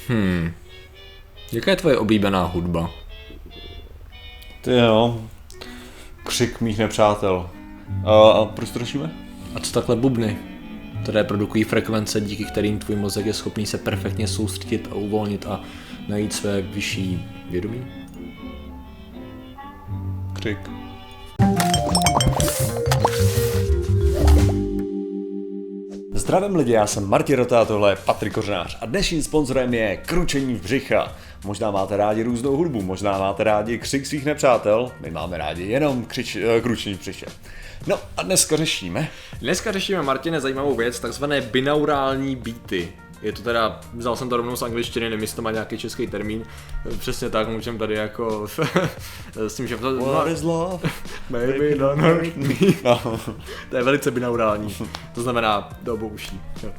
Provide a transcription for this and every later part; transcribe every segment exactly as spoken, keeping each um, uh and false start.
Hmm. Jaká je tvoje oblíbená hudba? Ty jo, křik mých nepřátel. A, a proč to řešíme? A co takhle bubny, které produkují frekvence, díky kterým tvůj mozek je schopný se perfektně soustředit a uvolnit a najít své vyšší vědomí? Křik. Zdravím lidi, já jsem Martin Rota, tohle je Patrik Kořenář a dnešním sponzorem je Kručení v břicha. Možná máte rádi různou hudbu, možná máte rádi křik svých nepřátel, my máme rádi jenom křič, kručení v břiše. No a dneska řešíme. Dneska řešíme, Martine, zajímavou věc, takzvané binaurální beaty. Je to teda, vzal jsem to rovnou z angličtiny, nevím, jestli to má nějaký český termín. Přesně tak, můžeme tady jako s tím, že to... What is love? Maybe don't hurt me. No. To je velice binaurální, to znamená do obou uší.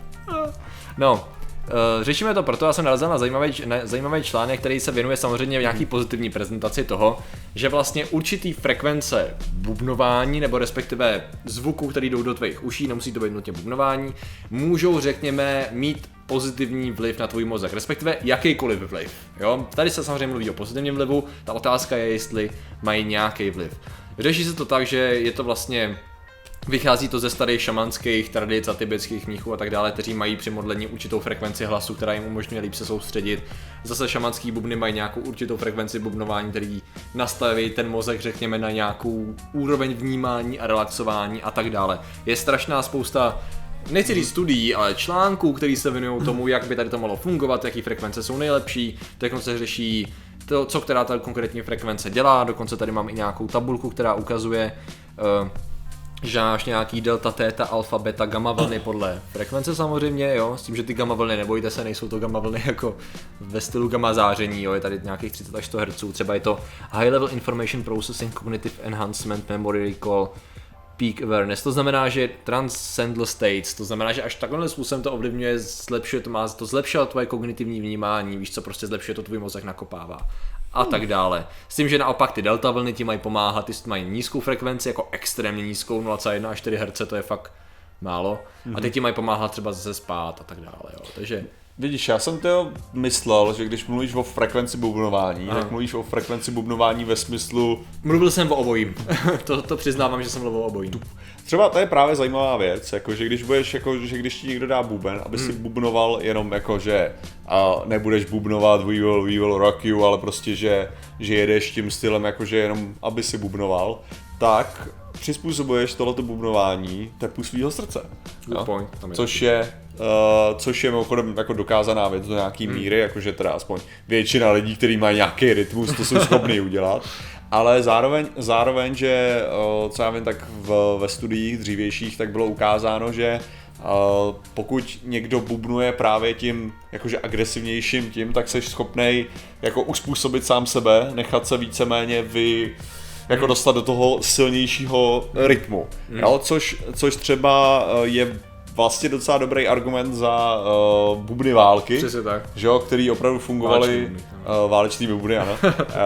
No, Uh, řešíme to proto, já jsem narazil na zajímavý, na zajímavý článek, který se věnuje samozřejmě nějaký pozitivní prezentaci toho, že vlastně určitý frekvence bubnování, nebo respektive zvuků, které jdou do tvých uší, nemusí to být nutně bubnování, můžou, řekněme, mít pozitivní vliv na tvůj mozek, respektive jakýkoliv vliv. Jo? Tady se samozřejmě mluví o pozitivním vlivu, ta otázka je, jestli mají nějaký vliv. Řeší se to tak, že je to vlastně... Vychází to ze starých šamanských tradic a tibetských mnichů a tak dále, kteří mají při modlení určitou frekvenci hlasu, která jim umožňuje líp se soustředit. Zase šamanský bubny mají nějakou určitou frekvenci bubnování, který nastaví ten mozek, řekněme, na nějakou úroveň vnímání a relaxování a tak dále. Je strašná spousta, nechci říct studií, ale článků, který se věnují tomu, jak by tady to mohlo fungovat, jaký frekvence jsou nejlepší, tak se řeší to, co která ta konkrétní frekvence dělá, dokonce tady mám i nějakou tabulku, která ukazuje uh, že máš nějaký delta, theta, alfa, beta, gamma vlny podle frekvence samozřejmě, jo, s tím, že ty gamma vlny, nebojte se, nejsou to gamma vlny jako ve stylu gamma záření, jo, je tady nějakých třicet až sto hertzů, třeba je to High Level Information Processing, Cognitive Enhancement, Memory Recall, Peak Awareness, to znamená, že Transcendental States, to znamená, že až takovýmhle způsobem to ovlivňuje, zlepšuje to, má to zlepšovat tvoje kognitivní vnímání, víš co, prostě zlepšuje to tvůj mozek, nakopává. A tak dále. S tím, že naopak ty delta vlny ti mají pomáhat, ty mají nízkou frekvenci, jako extrémně nízkou, nula celá jedna až čtyři hertz, to je fakt málo. Mm-hmm. A ty ti mají pomáhat třeba zase spát a tak dále, jo. Takže... Vidíš, já jsem to myslel, že když mluvíš o frekvenci bubnování, Aha. tak mluvíš o frekvenci bubnování ve smyslu... Mluvil jsem o obojím, to, to přiznávám, že jsem mluvil o obojím. Třeba to je právě zajímavá věc, jako, že když budeš, jako, že když ti někdo dá buben, aby hmm. si bubnoval jenom jako, že a nebudeš bubnovat we will, we will rock you, ale prostě, že, že jedeš tím stylem, jako, že jenom aby si bubnoval, tak přizpůsobuješ tohleto bubnování tepu svýho srdce. Good point, je což je Uh, což je mimochodem jako dokázaná věc do nějaký hmm. míry, jakože teda aspoň většina lidí, kteří mají nějaký rytmus, to jsou schopni udělat. Ale zároveň, zároveň že uh, co já vím, tak v, ve studiích dřívějších tak bylo ukázáno, že uh, pokud někdo bubnuje právě tím jakože agresivnějším tím, tak seš schopnej jako uspůsobit sám sebe, nechat se víceméně vy jako dostat do toho silnějšího rytmu. Hmm. Jo, což, což třeba je vlastně docela dobrý argument za uh, bubny války, tak. Že jo, který opravdu fungovaly, uh, váleční bubny, ano.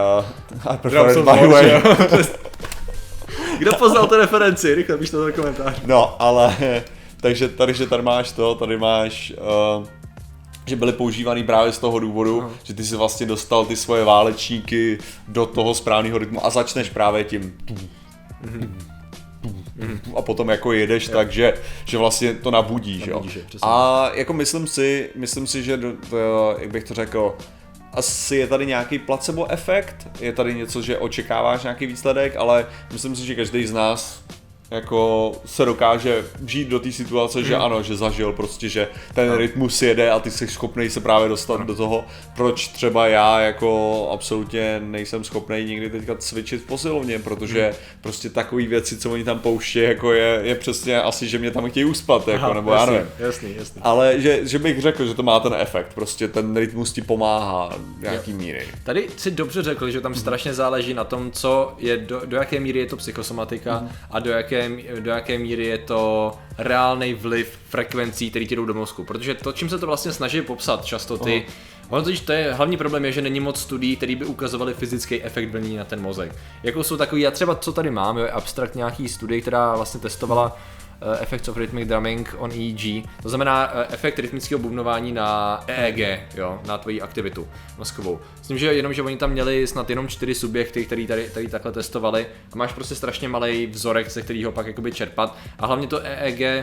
Uh, Kdo poznal tu referenci? Rychle píš to do komentář. No, ale takže tady, že tady máš to, tady máš, uh, že byly používaný právě z toho důvodu, uh-huh. že ty si vlastně dostal ty svoje válečníky do toho správného rytmu a začneš právě tím uh-huh. a potom jako jedeš jo. tak, že, že vlastně to nabudí, nabudíš, jo. Je, a jako myslím si, myslím si, že to, jak bych to řekl, asi je tady nějaký placebo efekt, je tady něco, že očekáváš nějaký výsledek, ale myslím si, že každý z nás jako se dokáže vžít do té situace, že ano, že zažil prostě, že ten rytmus jede a ty jsi schopnej se právě dostat do toho, proč třeba já jako absolutně nejsem schopnej nikdy teďka cvičit v posilovně, protože prostě takový věci, co oni tam pouští, jako je, je přesně asi, že mě tam chtějí uspat, jako, Aha, nebo jasný, já nevím. Jasný, jasný. Ale že, že bych řekl, že to má ten efekt, prostě ten rytmus ti pomáhá v nějaký míry. Tady si dobře řekl, že tam strašně záleží na tom, co je, do, do jaké míry je to psychosomatika mm. a do jaké do jaké míry je to reálný vliv frekvencí, které ti jdou do mozku. Protože to, čím se to vlastně snaží popsat často ty, ono totiž to je, hlavní problém je, že není moc studií, které by ukazovaly fyzický efekt vlnění na ten mozek. Jako jsou takový, já třeba co tady mám, jo, abstrakt nějaký studie, která vlastně testovala Effects of Rhythmic Drumming on E E G, to znamená uh, efekt rytmického bubnování na E E G, jo, na tvoji aktivitu mozkovou. S tím, že jenom, že oni tam měli snad jenom čtyři subjekty, který tady, tady takhle testovali a máš prostě strašně malý vzorek, ze kterého pak jakoby čerpat a hlavně to E E G,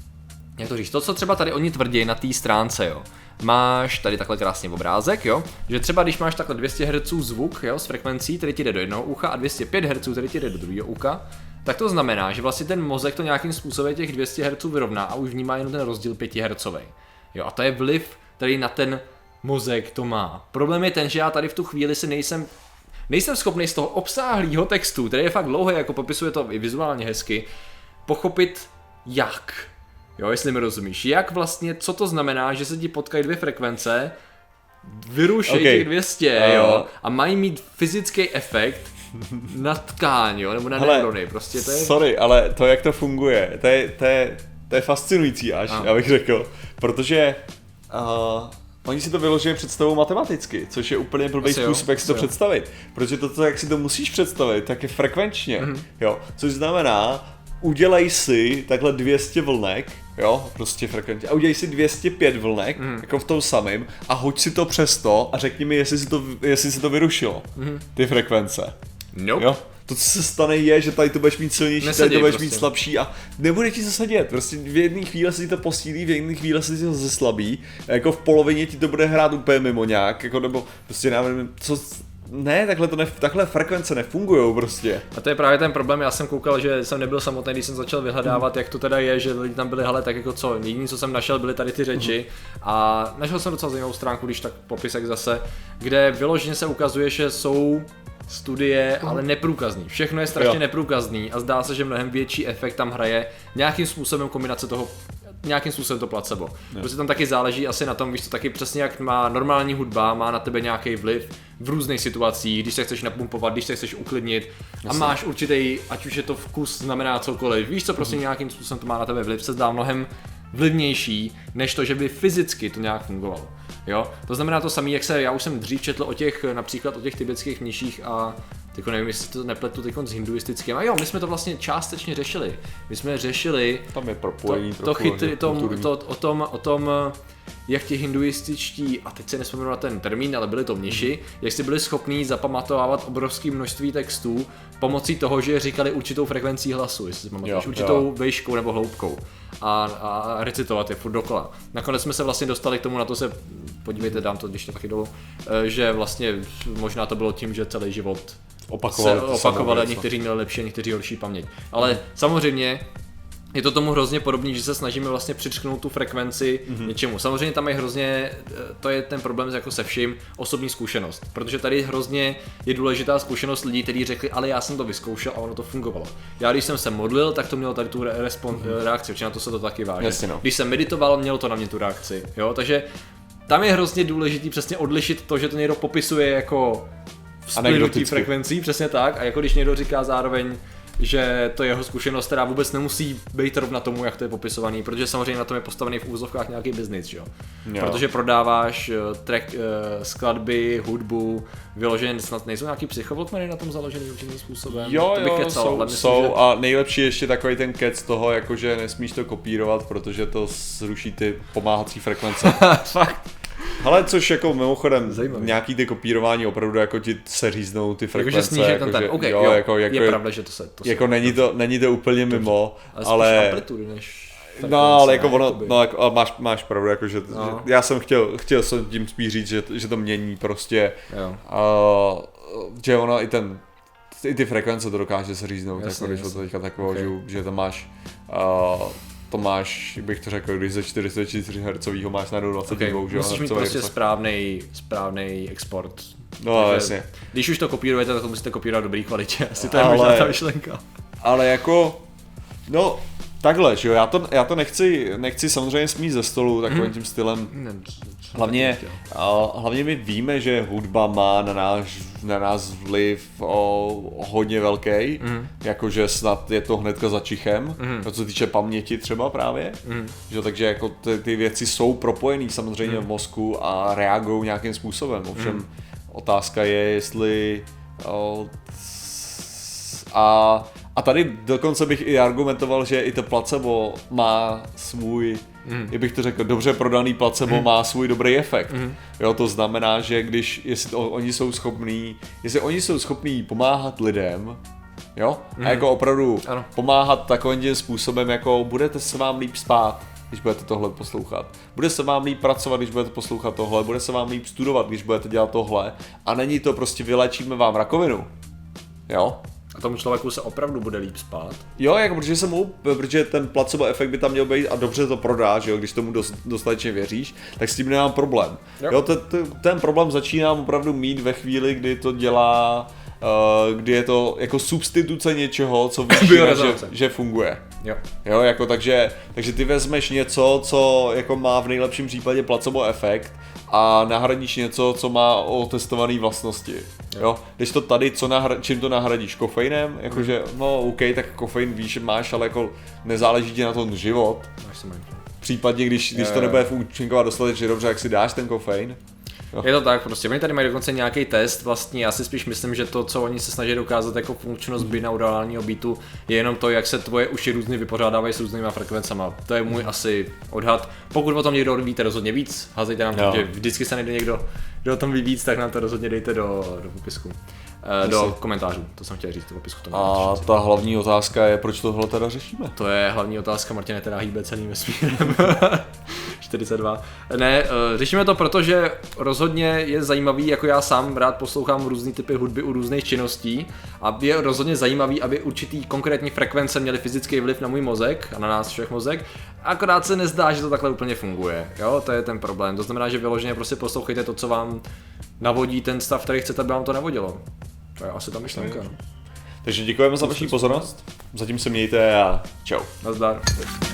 jak to říct, to, co třeba tady oni tvrdí na té stránce, jo. Máš tady takhle krásný obrázek, jo, že třeba když máš takhle dvě stě hertzů zvuk, jo, s frekvencí, který ti jde do jednoho ucha a dvě stě pět hertzů, který ti jde do druhého ucha, tak to znamená, že vlastně ten mozek to nějakým způsobem těch dvě stě hertzů vyrovná a už vnímá jenom ten rozdíl pět hertzový. Jo, a to je vliv, který na ten mozek to má. Problém je ten, že já tady v tu chvíli si nejsem nejsem schopný z toho obsáhlého textu, který je fakt dlouhý, jako popisuje to i vizuálně hezky, pochopit jak. Jo, jestli mi rozumíš, jak vlastně, co to znamená, že se ti potkají dvě frekvence, vyrušejí okay. těch dvě stě, uh... jo, a mají mít fyzický efekt na tkáň, jo, nebo na neurony, prostě to je... Sorry, ale to, jak to funguje, to je, to je, to je fascinující až, uh. abych řekl, protože uh, oni si to vyložili představou matematicky, což je úplně blbý způsob, jak si to jo. představit, protože to, jak si to musíš představit, tak je frekvenčně, mm-hmm. jo, což znamená, udělej si takhle dvě stě vlnek, jo, prostě frekventně, a udělej si dvě stě pět vlnek, mm. jako v tom samém, a hoď si to přes to a řekni mi, jestli si to, jestli si to vyrušilo, mm. ty frekvence. Nope. Jo? To, co se stane, je, že tady to budeš mít silnější, Nesedí, tady to budeš prostě. mít slabší a nebude ti zase dět. Prostě v jedné chvíli se ti to posílí, v jedné chvíli se ti to zeslabí, a jako v polovině ti to bude hrát úplně mimo nějak, jako nebo prostě nevím, co... Ne, takhle, to ne, takhle frekvence nefungujou prostě. A to je právě ten problém, já jsem koukal, že jsem nebyl samotný, když jsem začal vyhledávat, jak to teda je, že lidi tam byli, hele, tak jako co, jediné, co jsem našel, byly tady ty řeči a našel jsem docela zajímavou stránku, když tak popisek zase, kde vyloženě se ukazuje, že jsou studie, ale neprůkazný. Všechno je strašně jo. neprůkazný a zdá se, že mnohem větší efekt tam hraje nějakým způsobem kombinace toho, nějakým způsobem to placebo. Jo. Prostě tam taky záleží asi na tom, víš to taky přesně jak má normální hudba, má na tebe nějaký vliv v různých situacích, když se chceš napumpovat, když se chceš uklidnit a Jasně. máš určitý, ať už je to vkus, znamená cokoliv, víš co, prostě mm. nějakým způsobem to má na tebe vliv, se zdá mnohem vlivnější, než to, že by fyzicky to nějak fungovalo. Jo? To znamená to samé, jak se, já už jsem dřív četl o těch, například o těch tibetských mniších a tyko nevím, jestli to nepletu tyko s hinduistickým. A jo, my jsme to vlastně částečně řešili. My jsme řešili tam je propojení to, to, chytry, tom, to, o, tom, o tom, jak ti hinduističtí, a teď se nespomenu na ten termín, ale byli to mniši, jak si byli schopní zapamatovávat obrovské množství textů pomocí toho, že říkali určitou frekvencí hlasu, jestli si pamatuješ, určitou výškou nebo hloubkou. A, a recitovat je furt dokola. Nakonec jsme se vlastně dostali k tomu, na to se podívejte, dám to ještě taky dolů, že vlastně možná to bylo tím, že celý život opakovali, se opakovali a někteří měli lepší a někteří horší paměť. Ale mm. samozřejmě je to tomu hrozně podobný, že se snažíme vlastně přičknout tu frekvenci mm-hmm. něčemu. Samozřejmě tam je hrozně, to je ten problém jako se vším, osobní zkušenost. Protože tady hrozně je důležitá zkušenost lidí, kteří řekli, ale já jsem to vyzkoušel a ono to fungovalo. Já když jsem se modlil, tak to mělo tady tu respon- mm-hmm. reakci, protože na to se to taky váže. Jasně, no. Když jsem meditoval, mělo to na mě tu reakci. Jo? Takže tam je hrozně důležitý přesně odlišit to, že to někdo popisuje jako vzplynutí frekvencí, přesně tak, a jako když někdo říká zároveň, že to je jeho zkušenost, která vůbec nemusí být rovna tomu, jak to je popisovaný, protože samozřejmě na tom je postavený v úvozovkách nějaký biznis, jo? jo. Protože prodáváš uh, track, uh, skladby, hudbu, vyloženě snad nejsou nějaký psychovlkmeny na tom založený určitým způsobem. Jo, to by jo, kecal, jsou, myslím, jsou že... a nejlepší ještě takový ten kec toho, jakože nesmíš to kopírovat, protože to zruší ty pomáhací frekvence. Fakt. Ale což jako mimochodem Zajímavý. Nějaký ty kopírování opravdu jako ti se říznou ty frekvence. Jako, že sníží jako, ten že, okay, jo, jo, jako, jako, je je, pravda, že to se... To se jako není to, není to úplně mimo, ale... ale... amplitudy než... No, ale jako ono, jakoby. no, jako, máš, máš pravdu, jako, že, no. že já jsem chtěl, chtěl jsem tím spíš říct, že, že to mění prostě, uh, že ono i ten, i ty frekvence to dokáže se říznout, jasně, jako když to teďka tak považuji, okay. že to máš, uh, to máš, jak bych to řekl, když ze čtyři sta čtyři hertzovýho máš na dvacet okay. dvou, že musíš mít prostě správnej, správnej export. No, takže, jasně. Když už to kopírujete, tak to musíte kopírovat v dobrý kvalitě, asi to je ale, možná ta myšlenka. Ale jako, no, takhle, že jo, já to, já to nechci, nechci samozřejmě smít ze stolu takovým tím stylem. Hlavně, hlavně my víme, že hudba má na nás, na nás vliv o, hodně velký, mm. jakože snad je to hnedka za čichem, mm. co se týče paměti třeba právě, mm. že, takže jako ty, ty věci jsou propojený samozřejmě mm. v mozku a reagují nějakým způsobem, ovšem mm. otázka je, jestli o, a A tady dokonce bych i argumentoval, že i to placebo má svůj, mm. jak bych to řekl, dobře prodaný placebo mm. má svůj dobrý efekt. Mm. Jo, to znamená, že když, jestli to, oni jsou schopní, jestli oni jsou schopní pomáhat lidem, jo, mm. a jako opravdu ano. pomáhat takovým tím způsobem, jako budete se vám líp spát, když budete tohle poslouchat. Bude se vám líp pracovat, když budete poslouchat tohle, bude se vám líp studovat, když budete dělat tohle. A není to prostě vyléčíme vám rakovinu. Jo? A tomu člověku se opravdu bude líp spát. Jo, jako protože se mu, protože ten placebo efekt by tam měl být a dobře to prodá, že jo, když tomu dost, dostatečně věříš, tak s tím nemám problém. Jo, jo ten, ten problém začínám opravdu mít ve chvíli, kdy to dělá, uh, kdy je to jako substituce něčeho, co víš, že, že funguje. Jo. Jo, jako takže, takže ty vezmeš něco, co jako má v nejlepším případě placebo efekt a nahradíš něco, co má otestované vlastnosti. Jo. Jo. Když to tady, co nahra- čím to nahradíš? Kofeinem? Jakože, no OK, tak kofein víš, máš, ale jako nezáleží ti na tom život. Máš se Případně, když, když to nebude účinkovat dostatečně dobře, jak si dáš ten kofein. Jo. Je to tak, prostě oni tady mají dokonce nějaký test, vlastně já si spíš myslím, že to, co oni se snaží dokázat jako funkčnost binaurálního beatu, je jenom to, jak se tvoje uši různě vypořádávají s různýma frekvencema. To je můj asi odhad. Pokud o tom někdo víte rozhodně víc, házejte nám to, že vždycky se najde někdo, kdo o tom ví víc, tak nám to rozhodně dejte do, do popisku. E, do komentářů, to jsem chtěl říct, do popisku. To a ta hlavní otázka je, proč tohle teda řešíme? To je hlavní otázka, Martin teda hýbe celým vesmírem. čtyřicet dva. Ne, řešíme to, protože rozhodně je zajímavý, jako já sám rád poslouchám různý typy hudby u různých činností a je rozhodně zajímavý, aby určitý konkrétní frekvence měly fyzický vliv na můj mozek a na nás všech mozek, akorát se nezdá, že to takhle úplně funguje, jo, to je ten problém, to znamená, že vyloženě prostě poslouchejte to, co vám navodí ten stav, který chcete, aby vám to navodilo. To je asi ta myšlenka. Takže děkujeme za vaši pozornost, zatím se mějte a čau. Nazdar.